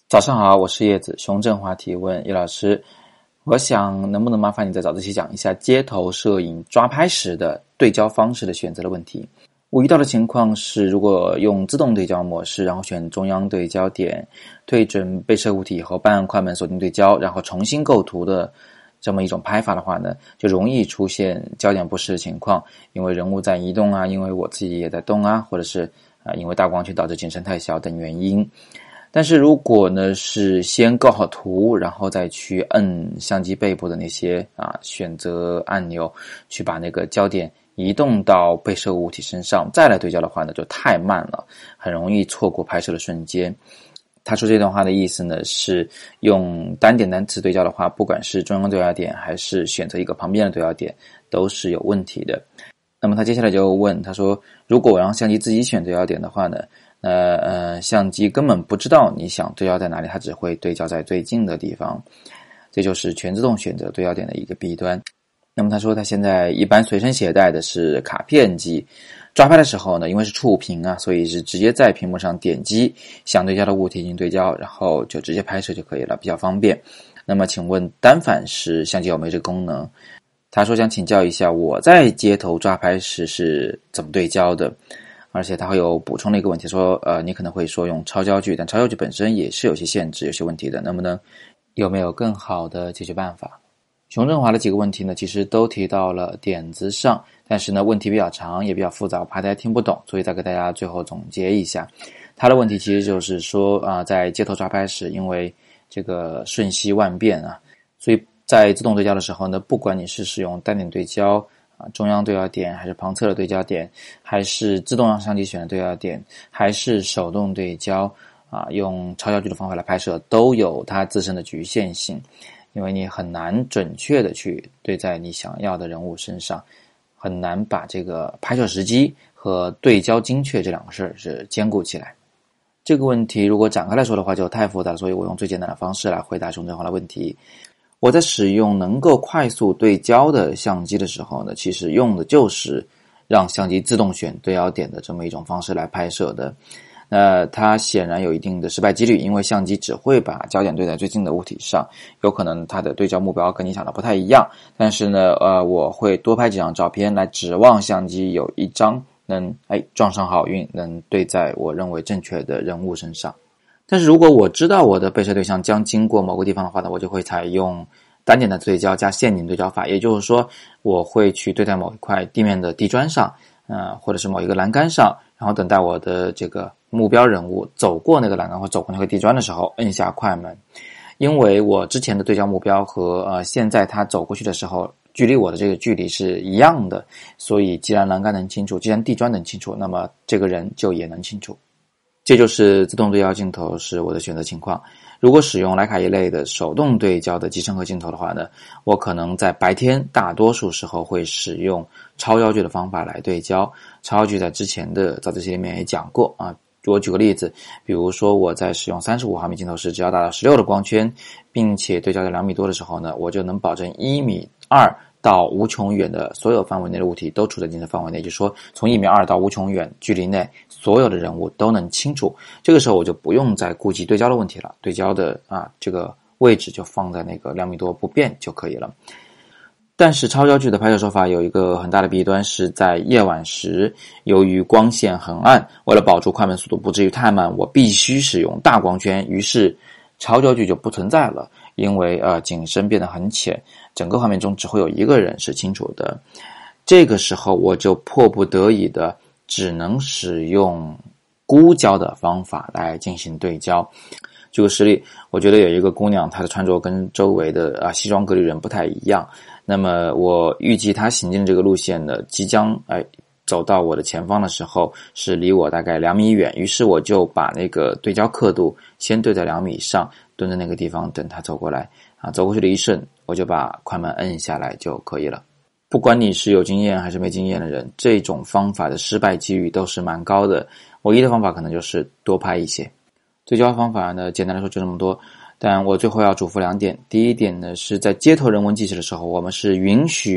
早上好，我是叶子。熊振华提问叶老师，我想能不能麻烦你在早自习讲一下街头摄影抓拍时的对焦方式的选择的问题。我遇到的情况是，如果用自动对焦模式，然后选中央对焦点，对准被摄物体以后半按快门锁定对焦，然后重新构图的这么一种拍法的话呢，就容易出现焦点不适的情况，因为人物在移动啊，因为我自己也在动啊，或者是因为大光圈导致景深太小等原因。但是如果呢是先构好图，然后再去摁相机背部的那些选择按钮，去把那个焦点移动到被摄物体身上，再来对焦的话呢，就太慢了，很容易错过拍摄的瞬间。他说这段话的意思呢，是用单点单次对焦的话，不管是中央对焦点还是选择一个旁边的对焦点，都是有问题的。那么他接下来就问，他说如果我让相机自己选对焦点的话呢，相机根本不知道你想对焦在哪里，它只会对焦在最近的地方，这就是全自动选择对焦点的一个弊端。那么他说他现在一般随身携带的是卡片机，抓拍的时候呢，因为是触屏啊，所以是直接在屏幕上点击想对焦的物体进行对焦，然后就直接拍摄就可以了，比较方便。那么请问单反时相机有没有这个功能？他说想请教一下我在街头抓拍时是怎么对焦的，而且他会有补充的一个问题说，你可能会说用超焦距，但超焦距本身也是有些限制、有些问题的，那么呢，有没有更好的解决办法？熊振华的几个问题呢，其实都提到了点子上，但是呢，问题比较长，也比较复杂，我怕大家听不懂，所以再给大家最后总结一下。他的问题其实就是说，在街头抓拍时，因为这个瞬息万变啊，所以在自动对焦的时候呢，不管你是使用单点对焦中央对焦点，还是旁侧的对焦点，还是自动让相机选的对焦点，还是手动对焦用超焦距的方法来拍摄，都有它自身的局限性，因为你很难准确的去对在你想要的人物身上，很难把这个拍摄时机和对焦精确这两个事儿是兼顾起来。这个问题如果展开来说的话就太复杂，所以我用最简单的方式来回答熊振华的问题。我在使用能够快速对焦的相机的时候呢，其实用的就是让相机自动选对焦点的这么一种方式来拍摄的。它显然有一定的失败几率，因为相机只会把焦点对在最近的物体上，有可能它的对焦目标跟你想的不太一样。但是呢，我会多拍几张照片来指望相机有一张能撞上好运，能对在我认为正确的人物身上。但是如果我知道我的被摄对象将经过某个地方的话呢，我就会采用单点的对焦加陷阱对焦法，也就是说我会去对在某一块地面的地砖上，或者是某一个栏杆上，然后等待我的这个目标人物走过那个栏杆或走过那个地砖的时候摁下快门。因为我之前的对焦目标和现在他走过去的时候距离我的这个距离是一样的，所以既然栏杆能清楚，既然地砖能清楚，那么这个人就也能清楚。这就是自动对焦镜头是我的选择情况。如果使用徕卡一类的手动对焦的集成核镜头的话呢，我可能在白天大多数时候会使用超焦距的方法来对焦。超焦距在之前的早自习里面也讲过啊。我举个例子，比如说我在使用35毫米镜头时，只要达到16的光圈，并且对焦在2米多的时候呢，我就能保证1.2米到无穷远的所有范围内的物体都处在镜头范围内，也就是说从1.2米到无穷远距离内所有的人物都能清楚。这个时候我就不用再顾及对焦的问题了，对焦的这个位置就放在那个2米多不变就可以了。但是超焦距的拍摄手法有一个很大的弊端，是在夜晚时，由于光线很暗，为了保住快门速度不至于太慢，我必须使用大光圈，于是超焦距就不存在了，因为景深变得很浅，整个画面中只会有一个人是清楚的。这个时候我就迫不得已的只能使用估焦的方法来进行对焦。举个实例，我觉得有一个姑娘，她的穿着跟周围的西装革履人不太一样，那么我预计她行进的这个路线呢，即将走到我的前方的时候是离我大概2米远，于是我就把那个对焦刻度先对在2米上，蹲在那个地方等她走过来走过去的一瞬，我就把快门摁下来就可以了。不管你是有经验还是没经验的人，这种方法的失败几率都是蛮高的。唯一的方法可能就是多拍一些。对焦方法呢，简单来说就这么多，但我最后要嘱咐2点。第一点呢，是在街头人文纪实的时候，我们是允许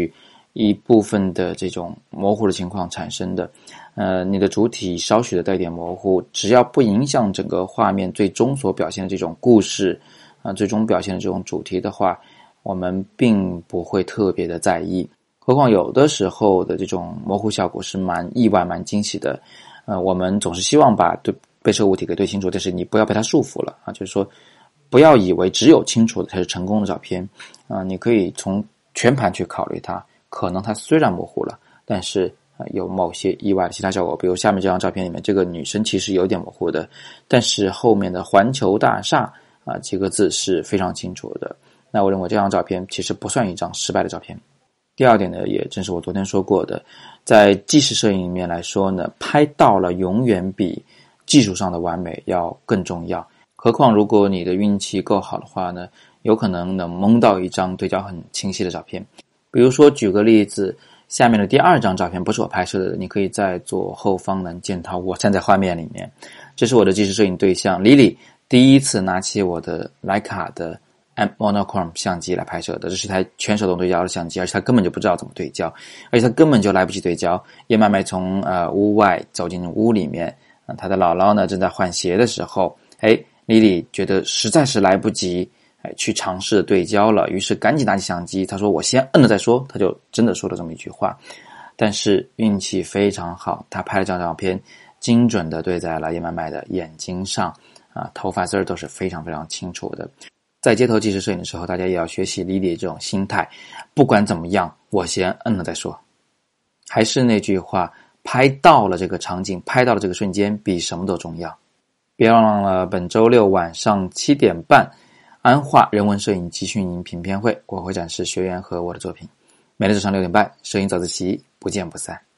一部分的这种模糊的情况产生的。你的主体稍许的带点模糊，只要不影响整个画面最终所表现的这种故事最终表现的这种主题的话，我们并不会特别的在意。何况有的时候的这种模糊效果是蛮意外蛮惊喜的。我们总是希望把被摄物体给对清楚，但是你不要被它束缚了就是说不要以为只有清楚的才是成功的照片你可以从全盘去考虑它，可能它虽然模糊了，但是有某些意外的其他效果。比如下面这张照片里面，这个女生其实有点模糊的，但是后面的环球大厦几个字是非常清楚的。那我认为这张照片其实不算一张失败的照片。第二点呢，也正是我昨天说过的，在纪实摄影里面来说呢，拍到了永远比技术上的完美要更重要。何况如果你的运气够好的话呢，有可能能蒙到一张对焦很清晰的照片。比如说举个例子，下面的第二张照片不是我拍摄的，你可以在左后方能见到我站在画面里面。这是我的纪实摄影对象 Lily 第一次拿起我的徕卡的 monochrome 相机来拍摄的，这是一台全手动对焦的相机，而且他根本就不知道怎么对焦，而且他根本就来不及对焦。叶麦麦从屋外走进屋里面，他的姥姥呢正在换鞋的时候，Lily 觉得实在是来不及去尝试对焦了，于是赶紧拿起相机，他说我先摁了再说，他就真的说了这么一句话。但是运气非常好，他拍了这张照片精准的对在了叶麦麦的眼睛上头发丝都是非常非常清楚的。在街头纪实摄影的时候，大家也要学习 Lily 这种心态，不管怎么样我先摁了再说。还是那句话，拍到了这个场景，拍到了这个瞬间比什么都重要。别忘了本周六晚上7点半安化人文摄影集训营评片会，我会展示学员和我的作品。每天早上6点半摄影早自习，不见不散。